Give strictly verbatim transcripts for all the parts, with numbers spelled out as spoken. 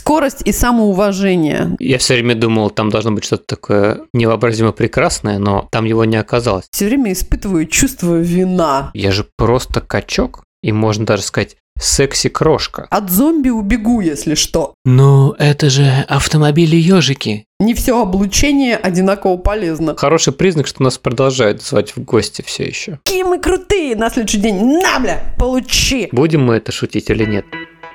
скорость и самоуважение. Я все время думал, там должно быть что-то такое невообразимо прекрасное, но там его не оказалось. Все время испытываю чувство вина. Я же просто качок, и можно даже сказать секси-крошка. От зомби убегу, если что. Ну, это же автомобили-ежики. Не все облучение одинаково полезно. Хороший признак, что нас продолжают звать в гости все еще. Какие мы крутые! На следующий день, на, бля, получи! Будем мы это шутить или нет?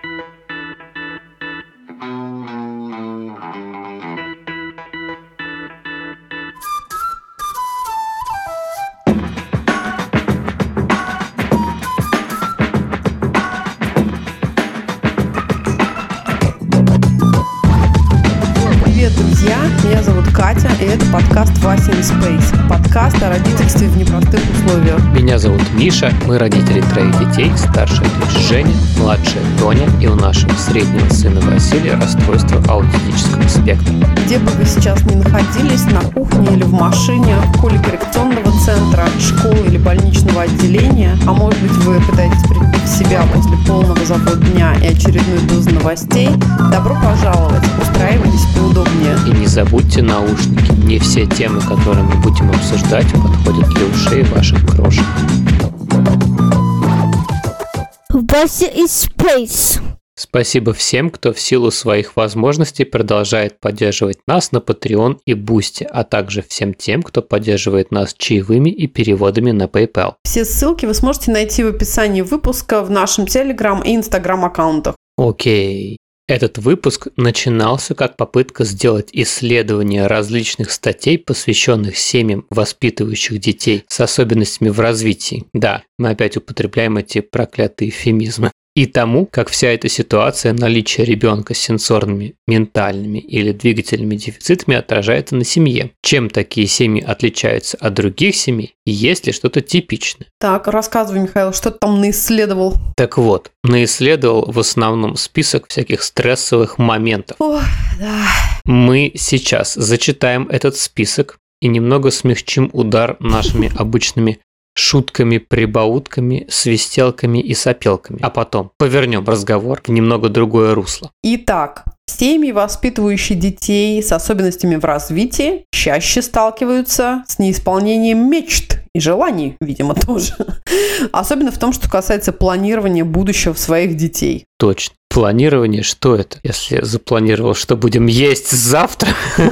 Меня зовут Катя, и это подкаст Вася in Space. Подкаст о родительстве в непростых условиях. Меня зовут Миша, мы родители троих детей, старшая дочь Женя, младшая Тоня, и у нашего среднего сына Василия расстройство аутистического спектра. Где бы вы сейчас ни находились, на кухне или в машине, в холле коррекционного центра, школы или больничного отделения, а может быть вы пытаетесь прийти в себя после полного забот дня и очередной дозы новостей, добро пожаловать, устраивайтесь поудобнее. И не забудьте наушники. Не все темы, которые мы будем обсуждать, подходят для ушей ваших крошек. Вася in Space. Спасибо всем, кто в силу своих возможностей продолжает поддерживать нас на Patreon и Boosty, а также всем тем, кто поддерживает нас чаевыми и переводами на PayPal. Все ссылки вы сможете найти в описании выпуска в нашем Telegram и Instagram аккаунтах. Окей. Этот выпуск начинался как попытка сделать исследование различных статей, посвященных семьям, воспитывающих детей с особенностями в развитии. Да, мы опять употребляем эти проклятые эвфемизмы. И тому, как вся эта ситуация наличия ребенка с сенсорными, ментальными или двигательными дефицитами отражается на семье. Чем такие семьи отличаются от других семей и есть ли что-то типичное? Так, рассказывай, Михаил, что ты там наисследовал? Так вот, наисследовал в основном список всяких стрессовых моментов. Ох, да. Мы сейчас зачитаем этот список и немного смягчим удар нашими обычными шутками, прибаутками, свистелками и сопелками. А потом повернем разговор в немного другое русло. Итак, семьи, воспитывающие детей с особенностями в развитии, чаще сталкиваются с неисполнением мечт и желаний, видимо, тоже. Особенно в том, что касается планирования будущего своих детей. Точно. Планирование, что это? Если запланировал, что будем есть завтра,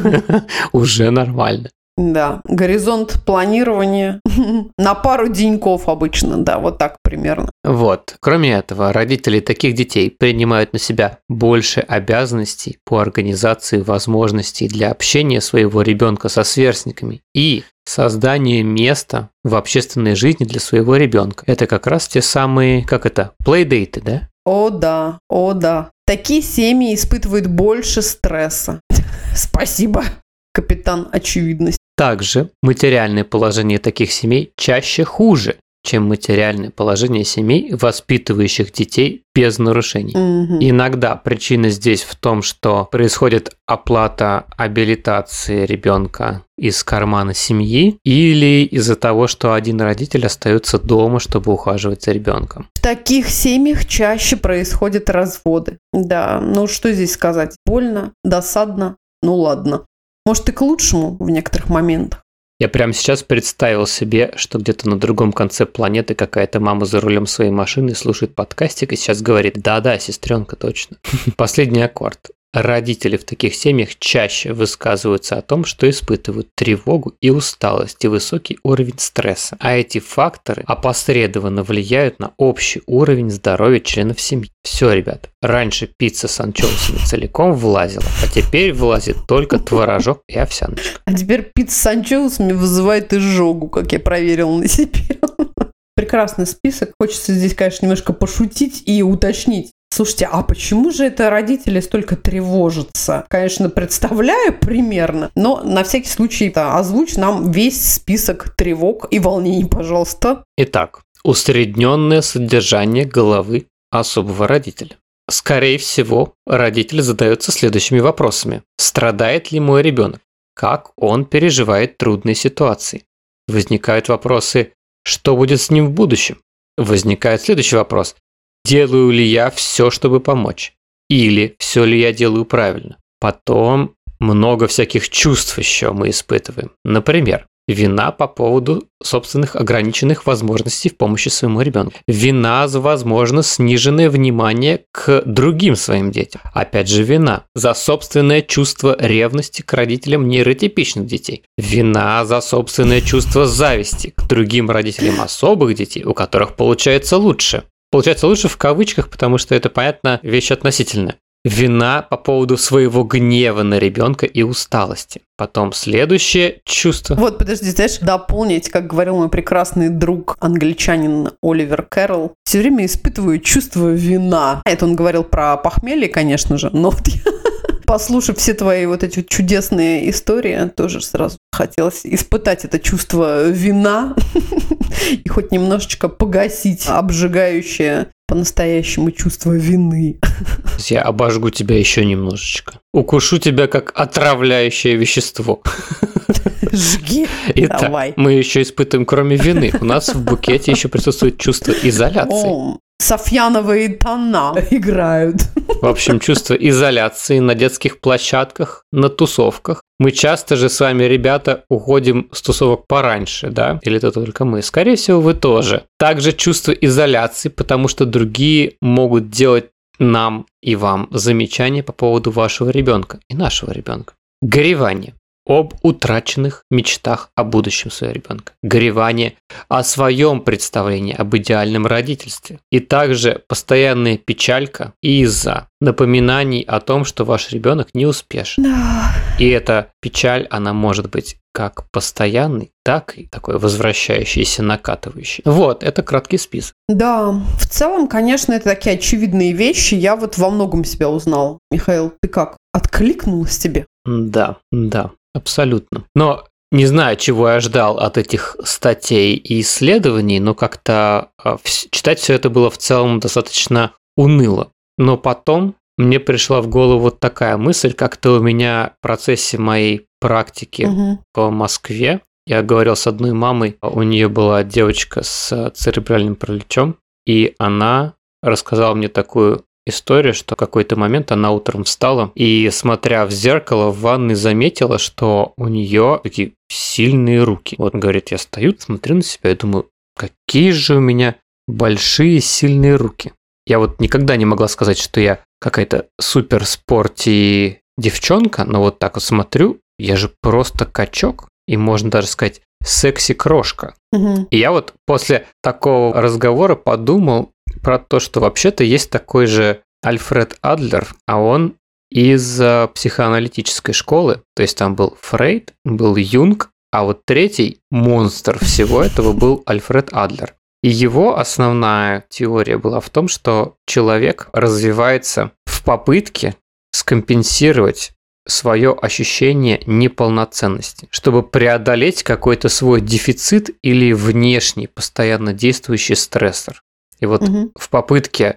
уже нормально. Да, горизонт планирования на пару деньков обычно, да, вот так примерно. Вот. Кроме этого, родители таких детей принимают на себя больше обязанностей по организации возможностей для общения своего ребенка со сверстниками и созданию места в общественной жизни для своего ребенка. Это как раз те самые, как это, плейдейты, да? О да, о да. Такие семьи испытывают больше стресса. Спасибо, капитан Очевидность. Также материальное положение таких семей чаще хуже, чем материальное положение семей, воспитывающих детей без нарушений. Угу. Иногда причина здесь в том, что происходит оплата абилитации ребенка из кармана семьи или из-за того, что один родитель остается дома, чтобы ухаживать за ребенком. В таких семьях чаще происходят разводы. Да, ну что здесь сказать? Больно, досадно, ну ладно. Может, и к лучшему в некоторых моментах. Я прямо сейчас представил себе, что где-то на другом конце планеты какая-то мама за рулем своей машины слушает подкастик и сейчас говорит: да-да, сестренка, точно. Последний аккорд. Родители в таких семьях чаще высказываются о том, что испытывают тревогу и усталость и высокий уровень стресса. А эти факторы опосредованно влияют на общий уровень здоровья членов семьи. Все, ребят, раньше пицца с анчоусами целиком влазила, а теперь влазит только творожок и овсяночка. А теперь пицца с анчоусами вызывает изжогу, как я проверил на себе. Прекрасный список. Хочется здесь, конечно, немножко пошутить и уточнить. Слушайте, а почему же это родители столько тревожатся? Конечно, представляю примерно, но на всякий случай да, озвучь нам весь список тревог и волнений, пожалуйста. Итак, усредненное содержание головы особого родителя. Скорее всего, родитель задается следующими вопросами. Страдает ли мой ребенок? Как он переживает трудные ситуации? Возникают вопросы, что будет с ним в будущем? Возникает следующий вопрос. Делаю ли я все, чтобы помочь? или все ли я делаю правильно. Потом много всяких чувств еще мы испытываем. Например, вина по поводу собственных ограниченных возможностей в помощи своему ребенку. Вина за, возможно, сниженное внимание к другим своим детям. Опять же, вина за собственное чувство ревности к родителям нейротипичных детей. Вина за собственное чувство зависти к другим родителям особых детей, у которых получается лучше. Получается лучше в кавычках, потому что это, понятно, вещь относительная. Вина по поводу своего гнева на ребенка и усталости. Потом следующее чувство. Вот, подожди, знаешь, дополнить, как говорил мой прекрасный друг, англичанин Оливер Кэрролл, все время испытываю чувство вина. Это он говорил про похмелье, конечно же, но вот я, послушав все твои вот эти чудесные истории, тоже сразу хотелось испытать это чувство вина и хоть немножечко погасить обжигающее по-настоящему чувство вины. Я обожгу тебя еще немножечко. Укушу тебя как отравляющее вещество. Жги, Итак, давай. Мы еще испытываем, кроме вины, у нас в букете еще присутствует чувство изоляции. О, Софьяновые тона играют. В общем, чувство изоляции на детских площадках, на тусовках. Мы часто же с вами, ребята, уходим с тусовок пораньше, да? Или это только мы? Скорее всего, вы тоже. Также чувство изоляции, потому что другие могут делать нам и вам замечания по поводу вашего ребенка и нашего ребенка. Горевание об утраченных мечтах о будущем своего ребенка. Горевание о своем представлении об идеальном родительстве. И также постоянная печалька из-за напоминаний о том, что ваш ребенок не успешен. Да. И эта печаль, она может быть как постоянной, так и такой возвращающейся, накатывающей. Вот, это краткий список. Да, в целом, конечно, это такие очевидные вещи. Я вот во многом себя узнал. Михаил, ты как? Откликнулась тебе? Да, да. Абсолютно. Но не знаю, чего я ждал от этих статей и исследований, но как-то читать все это было в целом достаточно уныло. Но потом мне пришла в голову вот такая мысль, как-то у меня в процессе моей практики угу. по Москве, я говорил с одной мамой, у нее была девочка с церебральным параличом, и она рассказала мне такую история, что в какой-то момент она утром встала и, смотря в зеркало в ванной, заметила, что у нее такие сильные руки. Вот, говорит, я стою, смотрю на себя и думаю, какие же у меня большие сильные руки. Я вот никогда не могла сказать, что я какая-то суперспорти девчонка, но вот так вот смотрю, я же просто качок, и можно даже сказать секси-крошка. Угу. И я вот после такого разговора подумал про то, что вообще-то есть такой же Альфред Адлер, а он из психоаналитической школы, то есть там был Фрейд, был Юнг, а вот третий монстр всего этого был Альфред Адлер. И его основная теория была в том, что человек развивается в попытке скомпенсировать свое ощущение неполноценности, чтобы преодолеть какой-то свой дефицит или внешний постоянно действующий стрессор. И вот угу. в попытке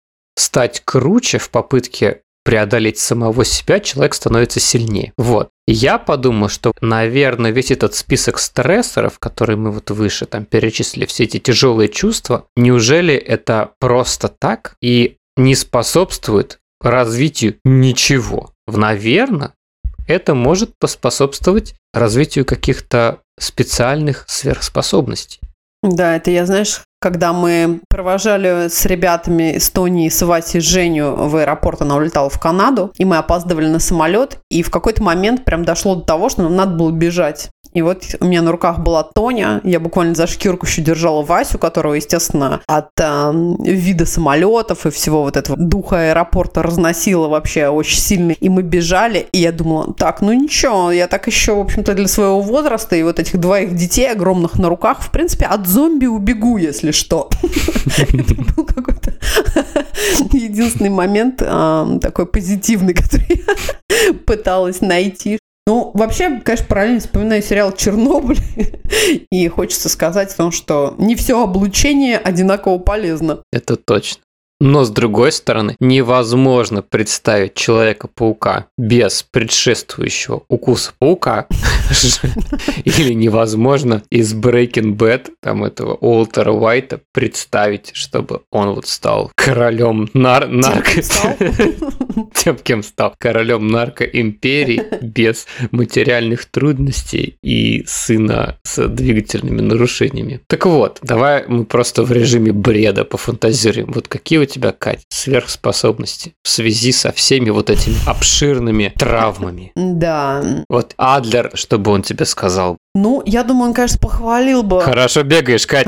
стать круче, в попытке преодолеть самого себя, человек становится сильнее. Вот. И я подумал, что, наверное, весь этот список стрессоров, которые мы вот выше там перечислили, все эти тяжелые чувства, неужели это просто так и не способствует развитию ничего? Наверное, это может поспособствовать развитию каких-то специальных сверхспособностей. Да, это я, знаешь, когда мы провожали с ребятами Эстонии, с Васей, Женю в аэропорт, она улетала в Канаду, и мы опаздывали на самолет, и в какой-то момент прям дошло до того, что нам надо было бежать. И вот у меня на руках была Тоня, я буквально за шкирку еще держала Васю, которого, естественно, от э, вида самолетов и всего вот этого духа аэропорта разносило вообще очень сильно. И мы бежали, и я думала, так, ну ничего, я так еще, в общем-то, для своего возраста и вот этих двоих детей огромных на руках, в принципе, от зомби убегу, если что. Это был какой-то единственный момент такой позитивный, который я пыталась найти. Ну, вообще, конечно, параллельно вспоминаю сериал «Чернобыль», и хочется сказать о том, что не все облучение одинаково полезно. Это точно. Но, с другой стороны, невозможно представить Человека-паука без предшествующего укуса паука. Или невозможно из Breaking Bad, там этого Уолтера Уайта, представить, чтобы он вот стал королем нар- нарко... Тем, кем стал. Королем наркоимперии без материальных трудностей и сына с двигательными нарушениями. Так вот, давай мы просто в режиме бреда пофантазируем. Вот какие у тебя, Кать, сверхспособности в связи со всеми вот этими обширными травмами? Да. Вот Адлер, что бы он тебе сказал? Ну, я думаю, он, конечно, похвалил бы. Хорошо бегаешь, Кать.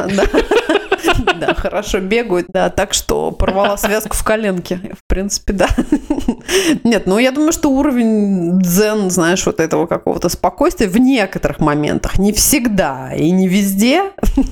Да, хорошо бегают, да, так что порвала связку в коленке, в принципе, да. Нет, ну я думаю, что уровень дзен, знаешь, вот этого какого-то спокойствия в некоторых моментах, не всегда и не везде,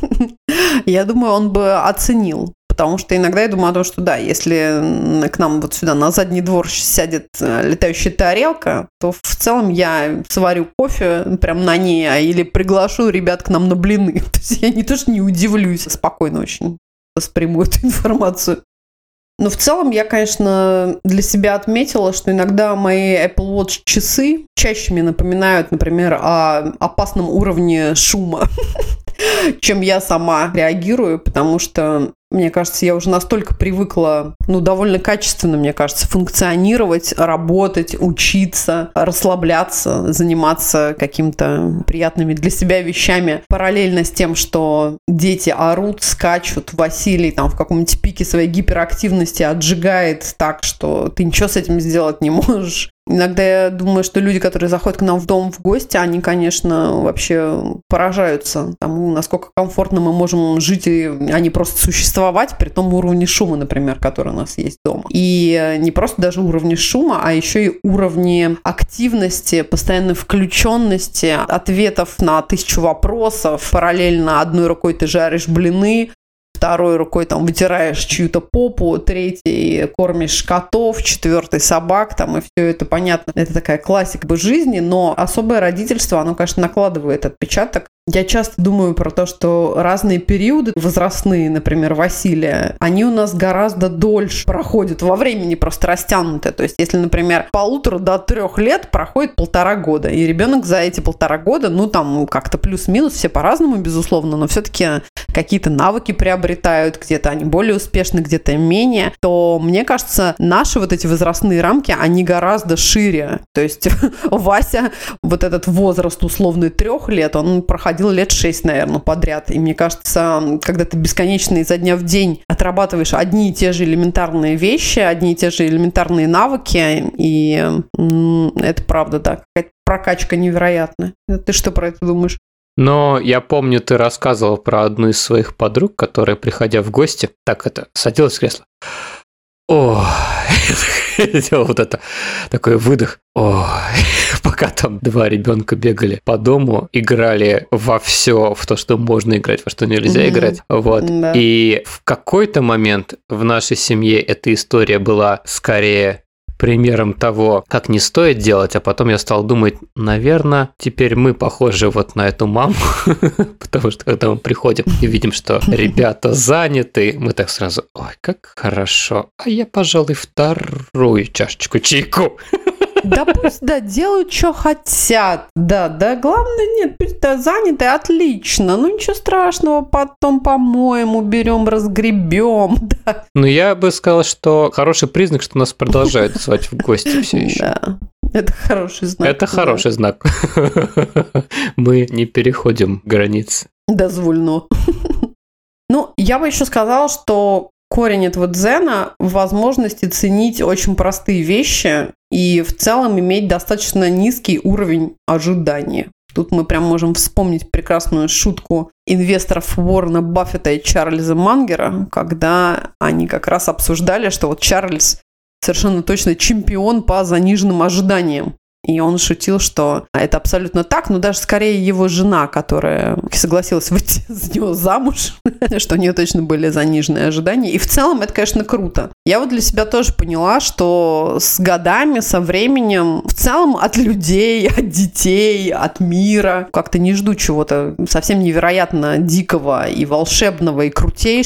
я думаю, он бы оценил. Потому что иногда я думаю о том, что да, если к нам вот сюда на задний двор сядет летающая тарелка, то в целом я сварю кофе прям на ней, или приглашу ребят к нам на блины. То есть я не то, что не удивлюсь, спокойно очень восприму эту информацию. Но в целом я, конечно, для себя отметила, что иногда мои Apple Watch часы чаще мне напоминают, например, о опасном уровне шума, чем я сама реагирую, потому что, мне кажется, я уже настолько привыкла, ну, довольно качественно, мне кажется, функционировать, работать, учиться, расслабляться, заниматься какими-то приятными для себя вещами, параллельно с тем, что дети орут, скачут, Василий там в каком-нибудь пике своей гиперактивности отжигает так, что ты ничего с этим сделать не можешь. Иногда я думаю, что люди, которые заходят к нам в дом в гости, они, конечно, вообще поражаются тому, насколько комфортно мы можем жить, и а не просто существовать при том уровне шума, например, который у нас есть дома. И не просто даже уровне шума, а еще и уровне активности, постоянной включенности, ответов на тысячу вопросов. Параллельно одной рукой ты жаришь блины, второй рукой там вытираешь чью-то попу, третьей кормишь котов, четвертый собак, там, и все это понятно. Это такая классика бы жизни, но особое родительство, оно, конечно, накладывает отпечаток. Я часто думаю про то, что разные периоды возрастные, например, Василия, они у нас гораздо дольше проходят во времени, просто растянуты. То есть, если, например, полутора до трех лет проходит полтора года, и ребенок за эти полтора года, ну, там, как-то плюс-минус, все по-разному, безусловно, но все-таки какие-то навыки приобретают, где-то они более успешны, где-то менее, то, мне кажется, наши вот эти возрастные рамки, они гораздо шире. То есть, Вася, вот этот возраст условный трех лет, он проходил лет шесть, наверное, подряд. И мне кажется, когда ты бесконечно изо дня в день отрабатываешь одни и те же элементарные вещи, одни и те же элементарные навыки, и м- это правда, да, какая-то прокачка невероятная. Ты что про это думаешь? Но я помню, ты рассказывал про одну из своих подруг, которая, приходя в гости, так это, садилась в кресло. О, делал вот это, такой выдох. Ой, пока там два ребенка бегали по дому, играли во все, в то, что можно играть, во что нельзя mm-hmm. играть. Вот. Mm-hmm. И в какой-то момент в нашей семье эта история была скорее примером того, как не стоит делать, а потом я стал думать, наверное, теперь мы похожи вот на эту маму, потому что когда мы приходим и видим, что ребята заняты, мы так сразу, ой, как хорошо, а я, пожалуй, вторую чашечку чайку. Да пусть, да, делают, что хотят. Да, да, главное, нет, пусть да, заняты, отлично. Ну, ничего страшного, потом помоем, уберем, разгребем. Да. Ну, я бы сказал, что хороший признак, что нас продолжают звать в гости все еще. Да, это хороший знак. Это хороший знак. Мы не переходим границы. Дозвольно. Ну, я бы еще сказала, что корень этого дзена в возможности ценить очень простые вещи и в целом иметь достаточно низкий уровень ожидания. Тут мы прям можем вспомнить прекрасную шутку инвесторов Уоррена Баффета и Чарльза Мангера, когда они как раз обсуждали, что вот Чарльз совершенно точно чемпион по заниженным ожиданиям. И он шутил, что это абсолютно так, но даже скорее его жена, которая согласилась выйти за него замуж, что у нее точно были заниженные ожидания. И в целом это, конечно, круто. Я вот для себя тоже поняла, что с годами, со временем, в целом от людей, от детей, от мира как-то не жду чего-то совсем невероятно дикого и волшебного, и крутейшего.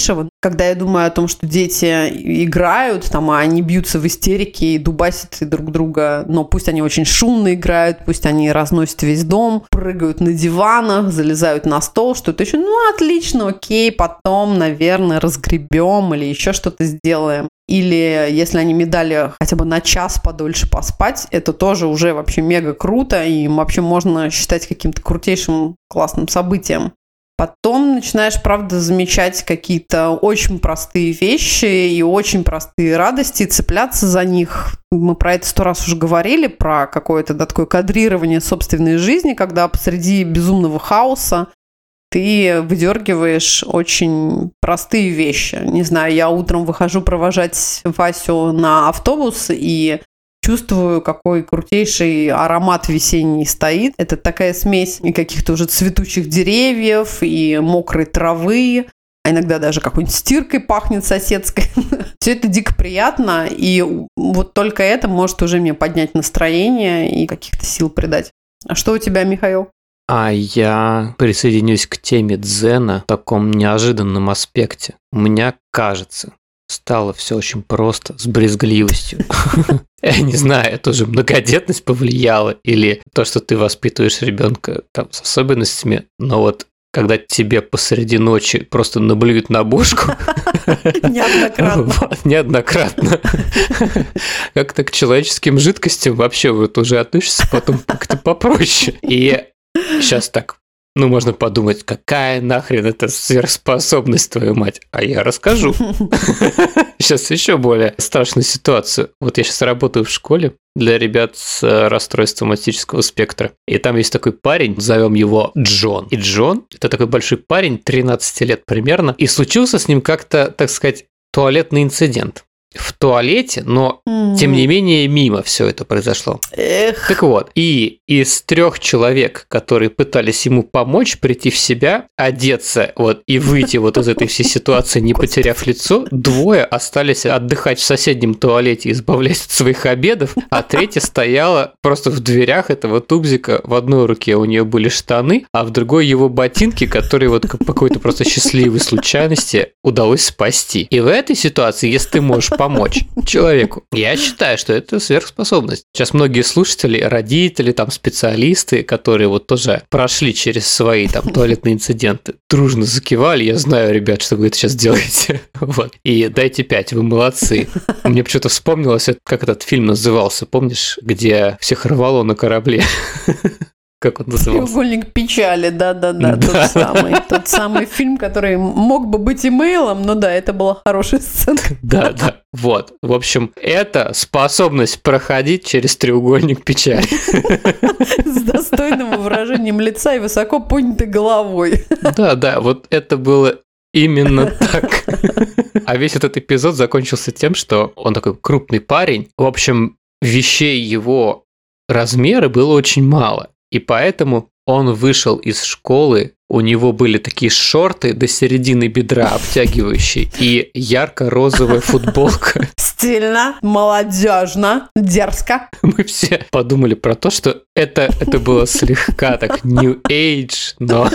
когда я думаю о том, что дети играют, там, а они бьются в истерике и дубасят друг друга, но пусть они очень шумно играют, пусть они разносят весь дом, прыгают на диванах, залезают на стол, что-то еще, ну, отлично, окей, потом, наверное, разгребем или еще что-то сделаем. Или если они мне дали хотя бы на час подольше поспать, это тоже уже вообще мега круто, и вообще можно считать каким-то крутейшим классным событием. Потом начинаешь, правда, замечать какие-то очень простые вещи и очень простые радости, цепляться за них. Мы про это сто раз уже говорили, про какое-то да, такое кадрирование собственной жизни, когда посреди безумного хаоса ты выдергиваешь очень простые вещи. Не знаю, я утром выхожу провожать Васю на автобус и чувствую, какой крутейший аромат весенний стоит. Это такая смесь и каких-то уже цветучих деревьев, и мокрой травы, а иногда даже какой-нибудь стиркой пахнет соседской. Все это дико приятно, и вот только это может уже мне поднять настроение и каких-то сил придать. А что у тебя, Михаил? А я присоединюсь к теме дзена в таком неожиданном аспекте. У меня, кажется, стало все очень просто, с брезгливостью. Я не знаю, это уже многодетность повлияла или то, что ты воспитываешь ребенка там с особенностями, но вот когда тебе посреди ночи просто наблюют на бошку. Неоднократно. Вот, неоднократно. Как-то к человеческим жидкостям вообще вот уже относишься потом как-то попроще. И сейчас так, ну, можно подумать, какая нахрен это сверхспособность, твою мать? А я расскажу. Сейчас еще более страшную ситуацию. Вот я сейчас работаю в школе для ребят с расстройством аутистического спектра. И там есть такой парень, зовем его Джон. И Джон – это такой большой парень, тринадцать лет примерно. И случился с ним как-то, так сказать, туалетный инцидент. В туалете, но, mm. тем не менее, мимо все это произошло. Эх. Так вот, и из трех человек, которые пытались ему помочь прийти в себя, одеться вот и выйти вот из этой всей ситуации, не потеряв лицо, двое остались отдыхать в соседнем туалете, избавляясь от своих обедов, а третья стояла просто в дверях этого тубзика. В одной руке у нее были штаны, а в другой его ботинки, которые вот по какой-то просто счастливой случайности удалось спасти. И в этой ситуации, если ты можешь помочь человеку, я считаю, что это сверхспособность. Сейчас многие слушатели, родители, там специалисты, которые вот тоже прошли через свои там туалетные инциденты, дружно закивали. Я знаю, ребят, что вы это сейчас делаете. Вот. И дайте пять, вы молодцы. Мне почему-то вспомнилось, как этот фильм назывался, помнишь, где всех рвало на корабле? Как он назывался? «Треугольник печали», да-да-да, тот самый. Тот самый фильм, который мог бы быть имейлом, но да, это была хорошая сцена. Да-да, вот. В общем, это способность проходить через треугольник печали. С достойным выражением лица и высоко поднятой головой. Да-да, вот это было именно так. А весь этот эпизод закончился тем, что он такой крупный парень. В общем, вещей его размера было очень мало. И поэтому он вышел из школы, у него были такие шорты до середины бедра обтягивающие и ярко-розовая футболка. Стильно, молодежно, дерзко. Мы все подумали про то, что это, это было слегка так New Age, но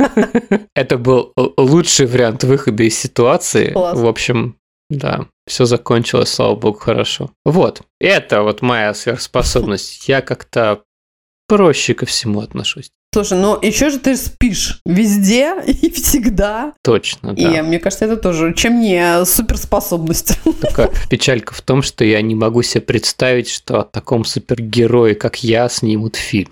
это был лучший вариант выхода из ситуации. Класс. В общем, да, все закончилось, слава богу, хорошо. Вот, это вот моя сверхспособность. Я как-то проще ко всему отношусь. Слушай, ну еще же ты спишь везде и всегда. Точно, да. И мне кажется, это тоже, чем не суперспособность. Только печалька в том, что я не могу себе представить, что о таком супергерое, как я, снимут фильм.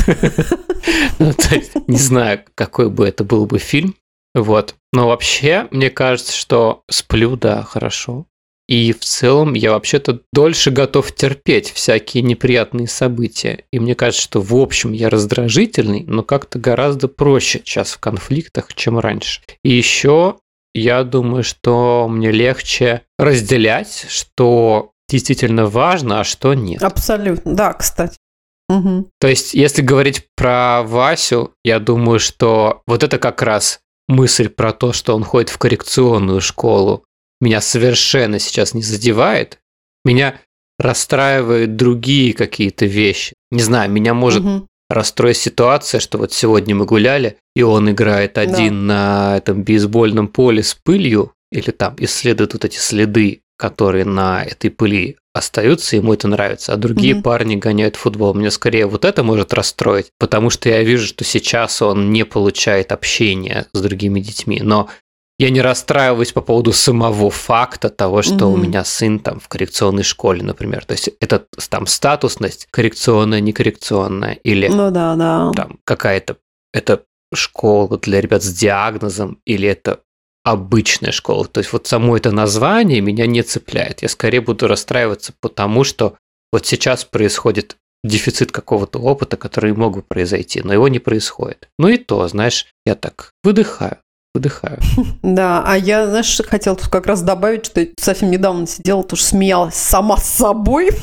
Не знаю, какой бы это был бы фильм. Вот. Но вообще, мне кажется, что сплю, да, хорошо. И в целом я вообще-то дольше готов терпеть всякие неприятные события. И мне кажется, что в общем я раздражительный, но как-то гораздо проще сейчас в конфликтах, чем раньше. И еще я думаю, что мне легче разделять, что действительно важно, а что нет. Абсолютно, да, кстати. Угу. То есть, если говорить про Васю, я думаю, что вот это как раз мысль про то, что он ходит в коррекционную школу, меня совершенно сейчас не задевает. Меня расстраивают другие какие-то вещи. Не знаю, меня может угу. расстроить ситуация, что вот сегодня мы гуляли, и он играет один да. на этом бейсбольном поле с пылью, или там исследует вот эти следы, которые на этой пыли остаются, ему это нравится, а другие mm-hmm. парни гоняют футбол. Меня скорее вот это может расстроить, потому что я вижу, что сейчас он не получает общения с другими детьми, но я не расстраиваюсь по поводу самого факта того, что mm-hmm. у меня сын там в коррекционной школе, например. То есть это там статусность коррекционная, некоррекционная, или ну, да, да. там какая-то это школа для ребят с диагнозом, или это обычная школа. То есть вот само это название меня не цепляет. Я скорее буду расстраиваться, потому что вот сейчас происходит дефицит какого-то опыта, который мог бы произойти, но его не происходит. Ну и то, знаешь, я так выдыхаю. Выдыхаю. Да, а я, знаешь, хотела тут как раз добавить, что я совсем недавно сидела, тоже смеялась сама с собой.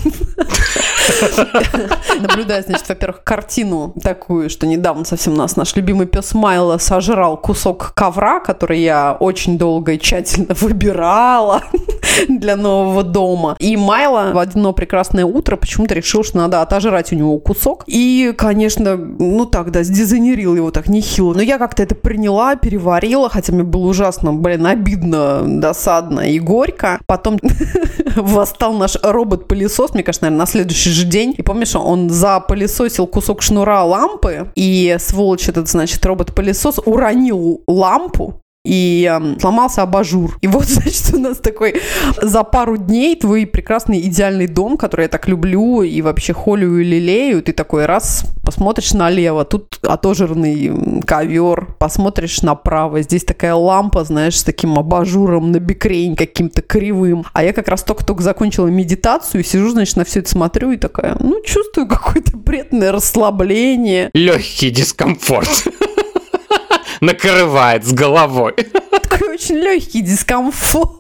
Наблюдая, значит, во-первых, картину такую, что недавно совсем нас наш любимый пес Майло сожрал кусок ковра, который я очень долго и тщательно выбирала для нового дома. И Майло в одно прекрасное утро почему-то решил, что надо отожрать у него кусок. И, конечно, ну так, да, сдизайнерил его так нехило. Но я как-то это приняла, переварила, хотя мне было ужасно, блин, обидно, досадно и горько. Потом восстал наш робот-пылесос, мне кажется, наверное, на следующий же день. И помнишь, он запылесосил кусок шнура лампы, и сволочь этот, значит, робот-пылесос уронил лампу, и э, сломался абажур. И вот, значит, у нас такой за пару дней твой прекрасный идеальный дом, который я так люблю и вообще холю и лелею, ты такой раз посмотришь налево, тут отожранный ковер, посмотришь направо, здесь такая лампа, знаешь, с таким абажуром на бикрень каким-то кривым. А я как раз только-только закончила медитацию, сижу, значит, на все это смотрю и такая, ну, чувствую какое-то приятное расслабление. Легкий дискомфорт. Накрывает с головой. Такой очень легкий дискомфорт.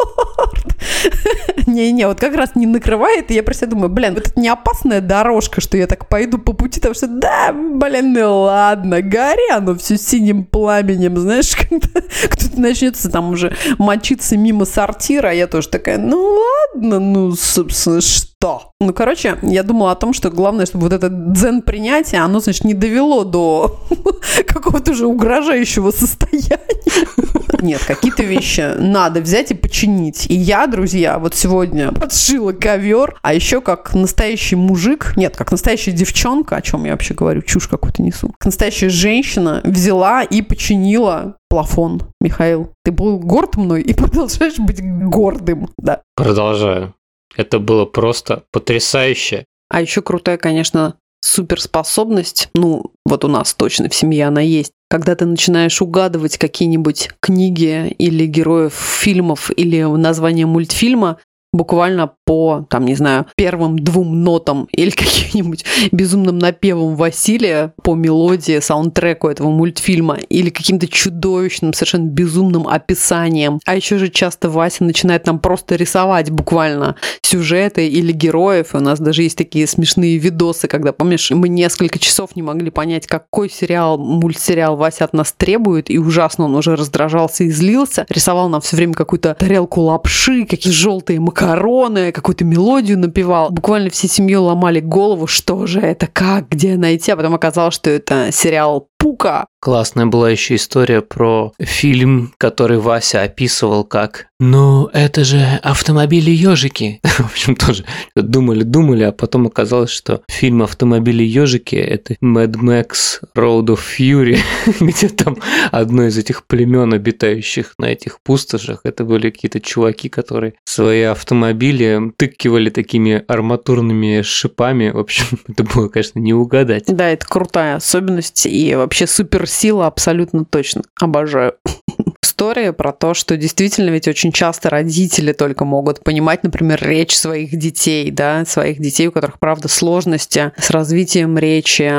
Не-не, вот как раз не накрывает, и я про себя думаю, блин, вот это не опасная дорожка, что я так пойду по пути, потому что, да, блин, ну ладно, гори оно все синим пламенем, знаешь, когда кто-то начнется там уже мочиться мимо сортира, а я тоже такая, ну ладно, ну, собственно, что? Ну, короче, я думала о том, что главное, чтобы вот это дзен-принятие, оно, значит, не довело до какого-то уже угрожающего состояния. Нет, какие-то вещи надо взять и починить. И я, друзья, вот сегодня подшила ковер, а еще как настоящий мужик, нет, как настоящая девчонка, о чем я вообще говорю, чушь какую-то несу, как настоящая женщина взяла и починила плафон. Михаил, ты был горд мной и продолжаешь быть гордым, да. Продолжаю. Это было просто потрясающе. А еще крутая, конечно, суперспособность, ну, вот у нас точно в семье она есть, когда ты начинаешь угадывать какие-нибудь книги или героев фильмов или название мультфильма буквально по, там, не знаю, первым двум нотам или каким-нибудь безумным напевом Василия по мелодии, саундтреку этого мультфильма или каким-то чудовищным, совершенно безумным описанием. А еще же часто Вася начинает нам просто рисовать буквально сюжеты или героев. И у нас даже есть такие смешные видосы, когда, помнишь, мы несколько часов не могли понять, какой сериал, мультсериал Вася от нас требует, и ужасно он уже раздражался и злился. Рисовал нам все время какую-то тарелку лапши, какие желтые макароны, какую-то мелодию напевал. Буквально всей семьей ломали голову, что же это, как, где найти. А потом оказалось, что это сериал «Пука». Классная была еще история про фильм, который Вася описывал как «Ну, это же автомобили-ежики». В общем, тоже думали-думали, а потом оказалось, что фильм «Автомобили-ежики» — это Mad Max Road of Fury, где там одно из этих племен, обитающих на этих пустошах, это были какие-то чуваки, которые свои автомобили тыкивали такими арматурными шипами. В общем, это было, конечно, не угадать. Да, это крутая особенность и вообще суперсила абсолютно точно. Обожаю. История про то, что действительно ведь очень часто родители только могут понимать, например, речь своих детей, да, своих детей, у которых, правда, сложности с развитием речи,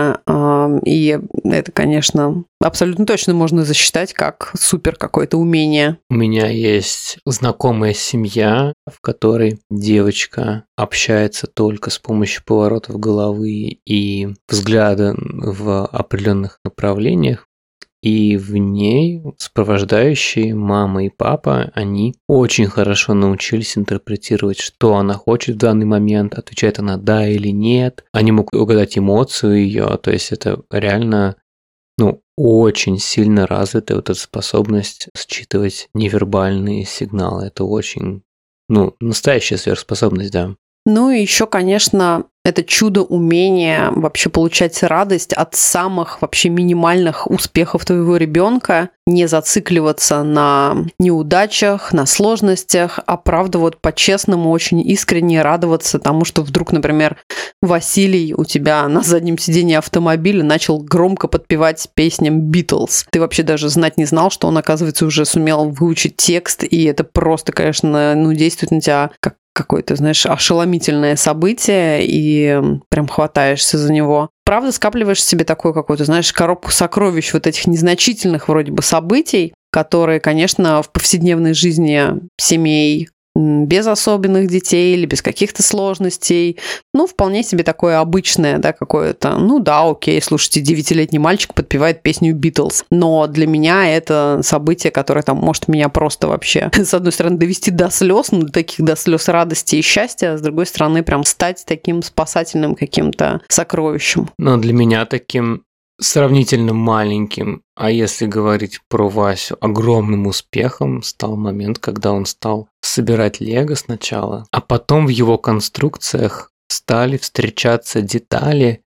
и это, конечно, абсолютно точно можно засчитать как супер какое-то умение. У меня есть знакомая семья, в которой девочка общается только с помощью поворотов головы и взгляда в определенных направлениях. И в ней сопровождающие мама и папа, они очень хорошо научились интерпретировать, что она хочет в данный момент, отвечает она да или нет. Они могут угадать эмоцию ее, то есть это реально, ну, очень сильно развита вот эта способность считывать невербальные сигналы. Это очень, ну, настоящая сверхспособность, да. Ну и еще, конечно, это чудо умения вообще получать радость от самых вообще минимальных успехов твоего ребенка, не зацикливаться на неудачах, на сложностях, а правда вот по-честному очень искренне радоваться тому, что вдруг, например, Василий у тебя на заднем сидении автомобиля начал громко подпевать песням Битлз. Ты вообще даже знать не знал, что он, оказывается, уже сумел выучить текст, и это просто, конечно, ну, действует на тебя как какое-то, знаешь, ошеломительное событие, и прям хватаешься за него. Правда, скапливаешь себе такую какую-то, знаешь, коробку сокровищ вот этих незначительных вроде бы событий, которые, конечно, в повседневной жизни семей без особенных детей или без каких-то сложностей, ну, вполне себе такое обычное, да, какое-то, ну да, окей, слушайте, девятилетний мальчик подпевает песню Битлз, но для меня это событие, которое там может меня просто вообще, с одной стороны, довести до слез, ну, до таких до слез радости и счастья, а с другой стороны, прям стать таким спасательным каким-то сокровищем. Но для меня таким сравнительно маленьким, а если говорить про Васю, огромным успехом стал момент, когда он стал собирать лего сначала, а потом в его конструкциях стали встречаться детали,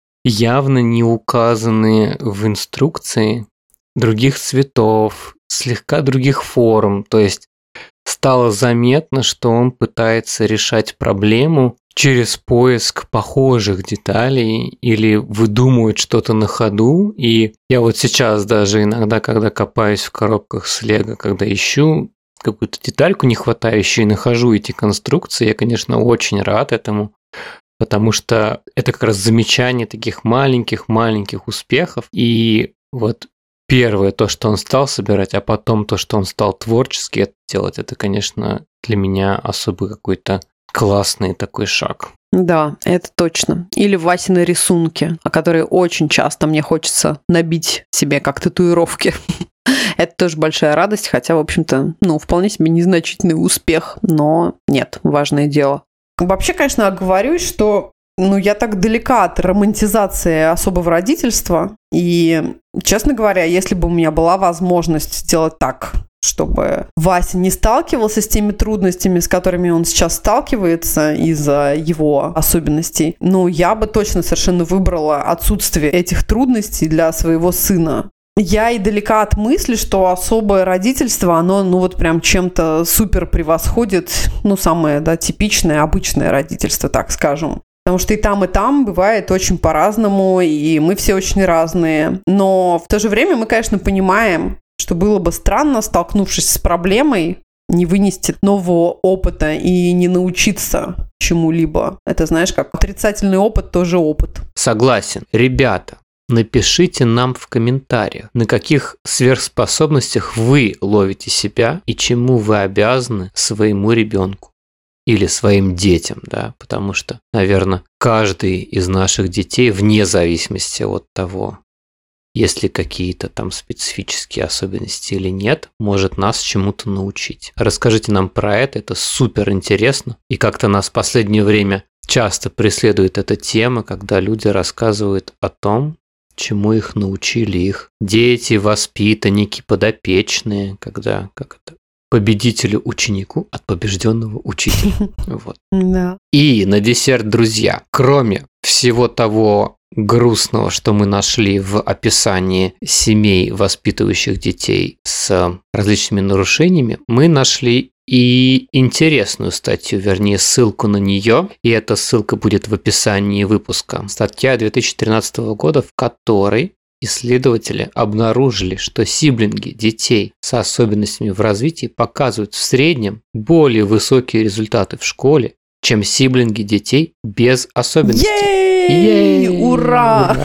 явно не указанные в инструкции, других цветов, слегка других форм, то есть стало заметно, что он пытается решать проблему через поиск похожих деталей или выдумывать что-то на ходу. И я вот сейчас даже иногда, когда копаюсь в коробках с лего, когда ищу какую-то детальку не хватающую и нахожу эти конструкции, я, конечно, очень рад этому, потому что это как раз замечание таких маленьких-маленьких успехов. И вот первое, то, что он стал собирать, а потом то, что он стал творчески это делать, это, конечно, для меня особый какой-то классный такой шаг. Да, это точно. Или Васины рисунки, о которые очень часто мне хочется набить себе как татуировки. Это тоже большая радость, хотя, в общем-то, ну, вполне себе незначительный успех, но нет, важное дело. Вообще, конечно, оговорюсь, что ну, я так далека от романтизации особого родительства, и, честно говоря, если бы у меня была возможность сделать так, чтобы Вася не сталкивался с теми трудностями, с которыми он сейчас сталкивается из-за его особенностей, ну, я бы точно совершенно выбрала отсутствие этих трудностей для своего сына. Я и далека от мысли, что особое родительство, оно, ну, вот прям чем-то супер превосходит, ну, самое, да, типичное, обычное родительство, так скажем. Потому что и там, и там бывает очень по-разному, и мы все очень разные. Но в то же время мы, конечно, понимаем, что было бы странно, столкнувшись с проблемой, не вынести нового опыта и не научиться чему-либо. Это, знаешь, как отрицательный опыт тоже опыт. Согласен. Ребята, напишите нам в комментариях, на каких сверхспособностях вы ловите себя и чему вы обязаны своему ребенку или своим детям, да, потому что, наверное, каждый из наших детей, вне зависимости от того, есть ли какие-то там специфические особенности или нет, может нас чему-то научить. Расскажите нам про это, это супер интересно. И как-то нас в последнее время часто преследует эта тема, когда люди рассказывают о том, чему их научили их дети, воспитанники, подопечные, когда, как это, победителю ученику от побежденного учителя. Вот. Да. И на десерт, друзья, кроме всего того грустного, что мы нашли в описании семей, воспитывающих детей с различными нарушениями, мы нашли и интересную статью, вернее, ссылку на нее, и эта ссылка будет в описании выпуска. Статья две тысячи тринадцатого года, в которой исследователи обнаружили, что сиблинги детей с особенностями в развитии показывают в среднем более высокие результаты в школе, чем сиблинги детей без особенностей. Ей! Ура!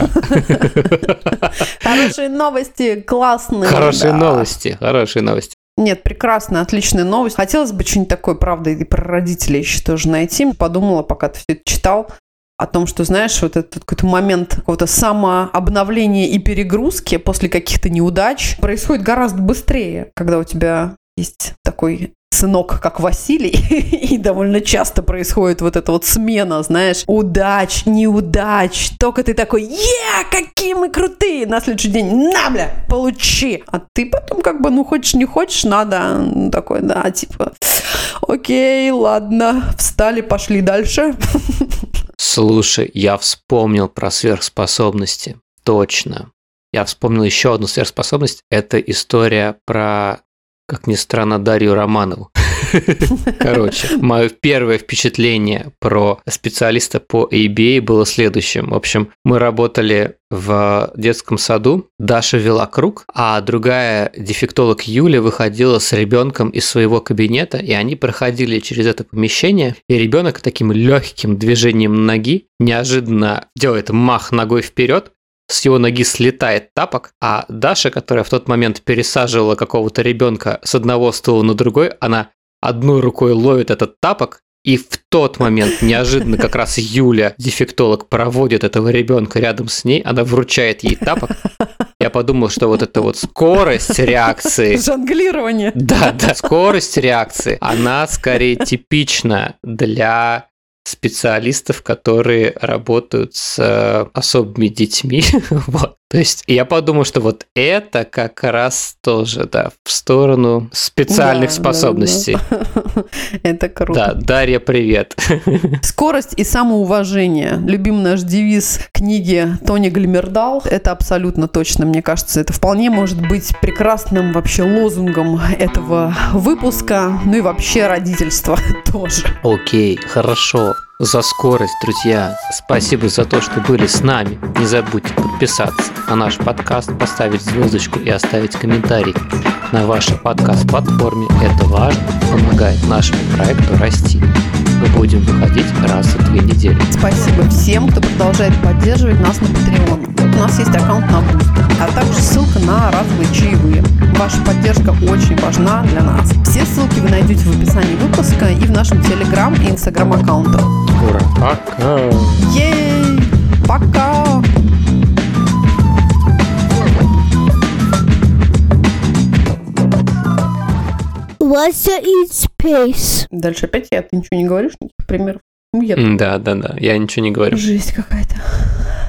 Хорошие новости, классные. Хорошие новости, хорошие новости. Нет, прекрасная, отличная новость. Хотелось бы что-нибудь такое, правда, и про родителей еще тоже найти. Подумала, пока ты все это читал, о том, что, знаешь, вот этот какой-то момент какого-то самообновления и перегрузки после каких-то неудач происходит гораздо быстрее, когда у тебя есть такой сынок, как Василий, и довольно часто происходит вот эта вот смена, знаешь, удач, неудач, только ты такой, е, какие мы крутые, на следующий день, на, бля, получи, а ты потом как бы, ну, хочешь, не хочешь, надо, такой, да, типа, окей, ладно, встали, пошли дальше. Слушай, я вспомнил про сверхспособности, точно. Я вспомнил еще одну сверхспособность. Это история про, как ни странно, Дарью Романову. Короче, мое первое впечатление про специалиста по эй би эй было следующим. В общем, мы работали в детском саду, Даша вела круг, а другая дефектолог Юля выходила с ребенком из своего кабинета, и они проходили через это помещение, и ребенок таким легким движением ноги неожиданно делает мах ногой вперед, с его ноги слетает тапок, а Даша, которая в тот момент пересаживала какого-то ребенка с одного стула на другой, она одной рукой ловит этот тапок, и в тот момент неожиданно как раз Юля, дефектолог, проводит этого ребенка рядом с ней, она вручает ей тапок. Я подумал, что вот эта вот скорость реакции... Жонглирование. Да, да, скорость реакции, она скорее типична для специалистов, которые работают с особыми детьми. Вот. То есть я подумал, что вот это как раз тоже, да, в сторону специальных да, способностей. Да, да. Это круто. Да, Дарья, привет. Скорость и самоуважение. Любимый наш девиз книги Тони Глимердал. Это абсолютно точно, мне кажется. Это вполне может быть прекрасным вообще лозунгом этого выпуска. Ну и вообще родительства тоже. Окей, хорошо. За скорость, друзья. Спасибо за то, что были с нами. Не забудьте подписаться на наш подкаст, поставить звездочку и оставить комментарий на вашей подкаст-платформе. Это важно, помогает нашему проекту расти. Мы будем выходить раз в две недели. Спасибо всем, кто продолжает поддерживать нас на Patreon. У нас есть аккаунт на Boost, а также ссылка на разовые чаевые. Ваша поддержка очень важна для нас. Все ссылки вы найдете в описании выпуска и в нашем Telegram и Instagram аккаунтах. Ура, пока! Ей! Пока! Russia in space. Дальше опять я, ты ничего не говоришь, никаких примеров? Ну, я... Да, да, да, я ничего не говорю. Жесть какая-то.